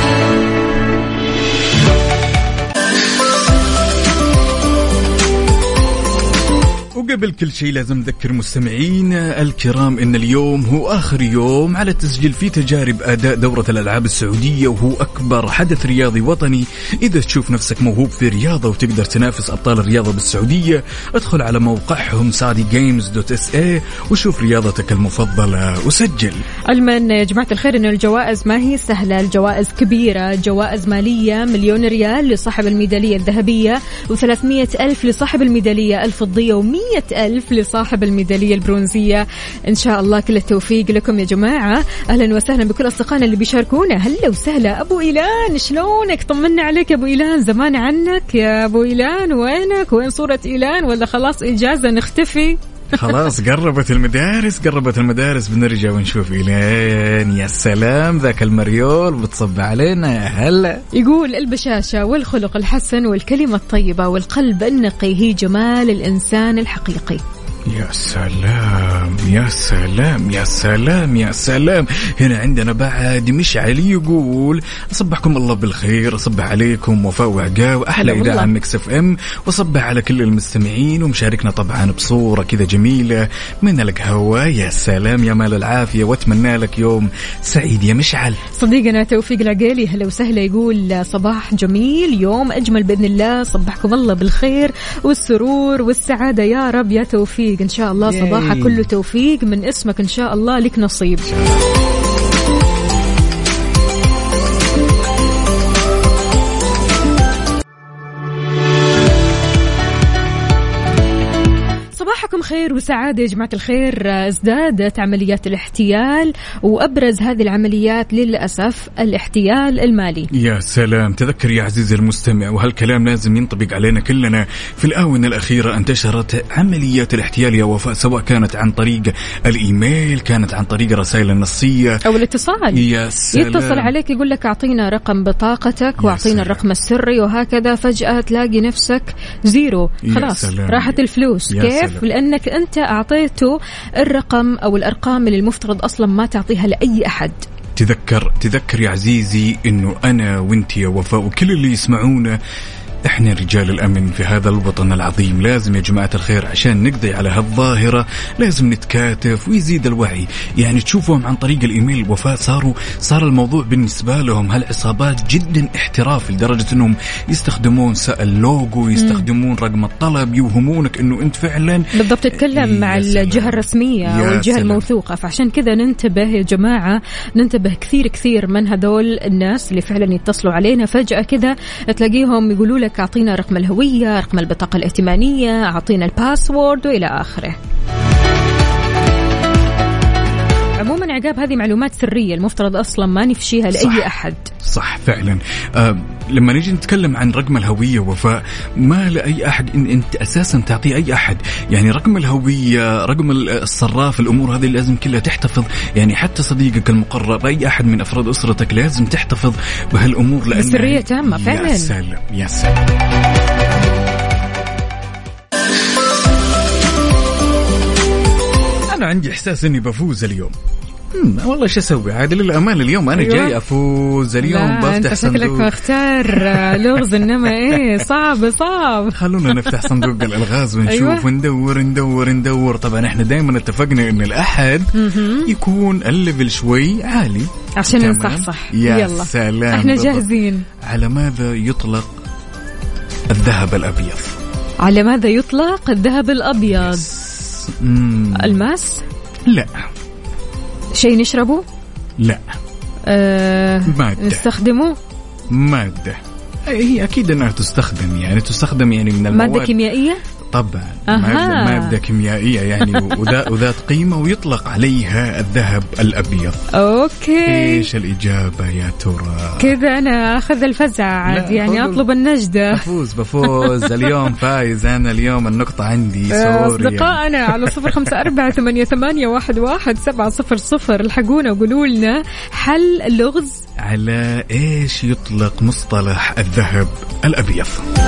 وقبل كل شيء لازم نذكر مستمعينا الكرام إن اليوم هو آخر يوم على التسجيل في تجارب أداء دورة الألعاب السعودية، وهو أكبر حدث رياضي وطني. إذا تشوف نفسك موهوب في رياضة وتقدر تنافس أبطال الرياضة بالسعودية، ادخل على موقعهم saudigames.sa وشوف رياضتك المفضلة وسجل. علما يا جماعة الخير إن الجوائز ما هي سهلة، الجوائز كبيرة، جوائز مالية 1,000,000 ريال لصاحب الميدالية الذهبية، و300,000 لصاحب الميدالية الفضية، و100,000 لصاحب الميدالية البرونزية. إن شاء الله كل التوفيق لكم يا جماعة. أهلا وسهلا بكل أصدقائنا اللي بيشاركونا. هلا وسهلا. أبو إيلان شلونك؟ طمنا عليك يا أبو إيلان، زمان عنك يا أبو إيلان. وينك؟ وين صورة إيلان؟ ولا خلاص إجازة نختفي؟ خلاص قربت المدارس بنرجع ونشوف إيلان. يا سلام، ذاك المريول بتصب علينا. يا هلا. يقول البشاشة والخلق الحسن والكلمة الطيبة والقلب النقي هي جمال الإنسان الحقيقي. يا سلام يا سلام يا سلام يا سلام. هنا عندنا بعد مشعل يقول أصبحكم الله بالخير، أصبح عليكم وفاء وعقاب أحلى إذاعة ميكس اف ام، وصبح على كل المستمعين، ومشاركنا طبعا بصورة كذا جميلة من القهوة. يا سلام يا مال العافية، واتمنى لك يوم سعيد يا مشعل. صديقنا توفيق العقيلي هلا وسهلا يقول صباح جميل، يوم أجمل بإذن الله، صبحكم الله بالخير والسرور والسعادة يا رب يا توفيق. إن شاء الله صباحك كله توفيق، من اسمك إن شاء الله لك نصيب. صباحكم خير وسعادة يا جماعة الخير. ازدادت عمليات الاحتيال، وأبرز هذه العمليات للأسف الاحتيال المالي. يا سلام، تذكر يا عزيزي المستمع، وهالكلام لازم ينطبق علينا كلنا. في الآونة الأخيرة انتشرت عمليات الاحتيال يا وفاء، سواء كانت عن طريق الإيميل، كانت عن طريق الرسائل النصية أو الاتصال. يا سلام. يتصل عليك يقول لك أعطينا رقم بطاقتك وأعطينا الرقم السري، وهكذا فجأة تلاقي نفسك زيرو، خلاص راحت الفلوس. كيف؟ لأنك أنت أعطيته الرقم أو الأرقام اللي المفترض أصلا ما تعطيها لأي أحد. تذكر يا عزيزي إنه أنا وإنت يا وفاء وكل اللي يسمعونا احنا رجال الامن في هذا الوطن العظيم، لازم يا جماعة الخير عشان نقضي على هالظاهرة لازم نتكاتف ويزيد الوعي. يعني تشوفهم عن طريق الايميل الوفاء صار الموضوع بالنسبة لهم هالعصابات جدا احترافي، لدرجة انهم يستخدمون اللوجو، يستخدمون رقم الطلب، يوهمونك انه انت فعلا بالضبط تتكلم مع الجهة الرسمية أو الجهة الموثوقة. فعشان كذا ننتبه يا جماعة، ننتبه كثير من هذول الناس اللي فعلا يتصلوا علينا فجأة كذا تلاقيهم يقولوا لك أعطينا رقم الهوية، رقم البطاقة الائتمانية، أعطينا الباسورد وإلى آخره. عموما عقاب هذه معلومات سرية المفترض أصلا ما نفشيها لأي أحد. صح فعلا. لما نيجي نتكلم عن رقم الهوية وفاء، ما لأي أحد إن أنت أساسا تعطيه أي أحد. يعني رقم الهوية، رقم الصراف، الأمور هذه لازم كلها تحتفظ. يعني حتى صديقك المقرب، أي أحد من أفراد أسرتك لازم تحتفظ بهالأمور لأن سرية تامة فعلا. يا سلام يا سلام. أنا عندي إحساس إني بفوز اليوم. والله شو أسوي عاد للأمان اليوم أنا جاي أفوز اليوم. بفتح صندوق. أنت شكلك مختار لغز إنما إيه صعب. خلونا نفتح صندوق الألغاز ونشوف. ندور. طبعا إحنا دائما اتفقنا إن الأحد يكون الليفل شوي عالي عشان نصحصح. يا سلام إحنا جاهزين. على ماذا يطلق الذهب الأبيض؟ على ماذا يطلق الذهب الأبيض؟ الماس؟ لا. شيء نشربه؟ لا. مادة نستخدمه؟ مادة هي أكيد أنها تستخدم يعني من المواد. مادة كيميائية؟ طبعا مادة كيميائية يعني وذات قيمة ويطلق عليها الذهب الأبيض. أوكي. إيش الإجابة يا ترى؟ كذا أنا أخذ الفزع عاد يعني أطلب النجدة. بفوز اليوم فايز أنا اليوم النقطة عندي. أصدقائنا على 0548811700 الحقونا وقولوا لنا حل اللغز. على إيش يطلق مصطلح الذهب الأبيض؟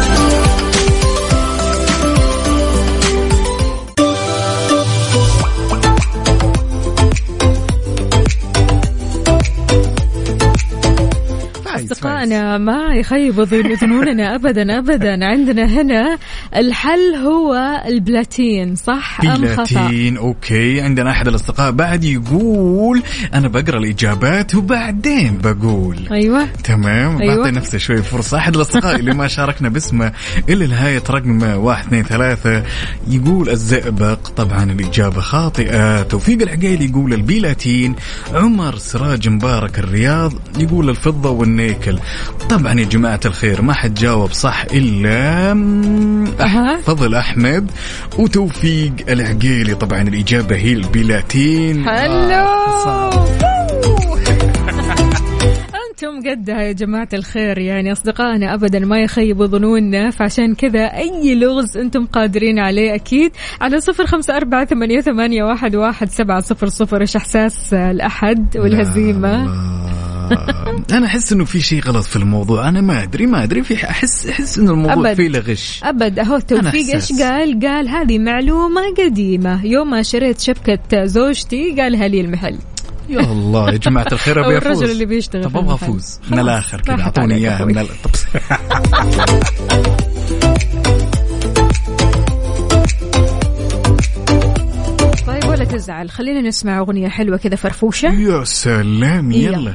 أصدقائنا ما يخيبوا ظنوننا أبدا. عندنا هنا الحل هو البلاتين. صح أم خطأ؟ بلاتين. أوكي. عندنا أحد الأصدقاء بعد يقول أنا بقرأ الإجابات وبعدين بقول. أيوة تمام. بعطي نفسه شوي فرصة. أحد الأصدقاء اللي ما شاركنا باسمه إلا نهاية رقم 123 يقول الزئبق. طبعا الإجابة خاطئة. توفيق العقيل يقول البلاتين. عمر سراج مبارك الرياض يقول الفضة والنيكل. طبعا يا جماعة الخير ما حد جاوب صح إلا فضل أحمد وتوفيق العقيلي. طبعا الإجابة هي البلاتين. أنتم قدها يا جماعة الخير. يعني أصدقائنا أبدا ما يخيبوا ظنوننا. فعشان كذا أي لغز أنتم قادرين عليه أكيد على 0548811700. إيش إحساس الأحد والهزيمة؟ أنا أحس إنه في شيء غلط في الموضوع. أنا ما أدري في أحس إنه الموضوع فيه لغش. أهو توفيق إيش قال هذه معلومة قديمة. يوم ما شريت شبكة زوجتي قالها لي المحل. يا الله يا جماعة الخير أبي أفوز. الرجل اللي بيشتغل. طب أبغى أفوز من الآخر كذا. أعطوني إياها من طيب ولا تزعل. خلينا نسمع أغنية حلوة كذا فرفوشة. يا سلام. يلا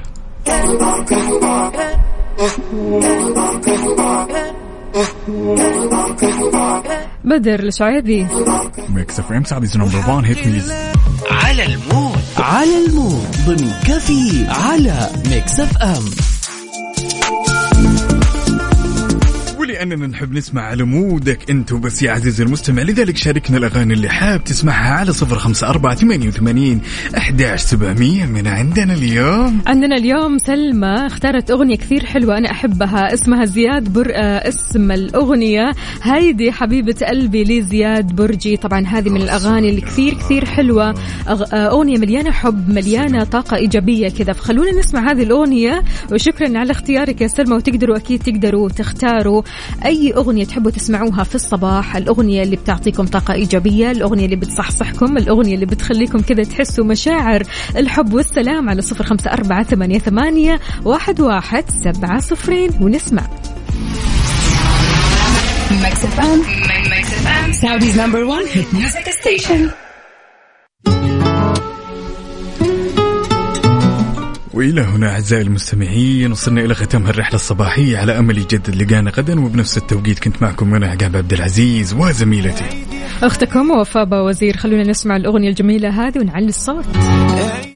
بدر الشعيبي. ميكس اف ام سعوديز نمبر 1 هيت ميوزك. على المود ضمن كافيين على ميكس اف ام. ولأننا نحب نسمع على مودك أنتو بس يا عزيزي المستمع، لذلك شاركنا الأغاني اللي حاب تسمعها على 0548811700 من عندنا اليوم سلمى اختارت أغنية كثير حلوة أنا أحبها اسمها زياد اسم الأغنية هيدي حبيبة قلبي لزياد برجي. طبعا هذه من الأغاني اللي كثير حلوة. أغنية مليانة حب مليانة طاقة إيجابية كذا. فخلونا نسمع هذه الأغنية. وشكرا على اختيارك يا سلمى. وتقدروا أكيد تقدروا تختاروا أي أغنية تحبوا تسمعوها في الصباح. الأغنية اللي بتعطيكم طاقة إيجابية، الأغنية اللي بتصحصحكم، الأغنية اللي بتخليكم كذا تحسوا مشاعر الحب والسلام على 0548811700 ونسمع. Mix FM. Mix FM. Saudi's #1 hit music station. وإلى هنا أعزائي المستمعين وصلنا إلى ختام الرحلة الصباحية، على أمل يجدد لقانا غدا وبنفس التوقيت. كنت معكم أنا عقاب عبد العزيز وزميلتي أختكم وفاء وزير. خلونا نسمع الأغنية الجميلة هذه ونعلي الصوت.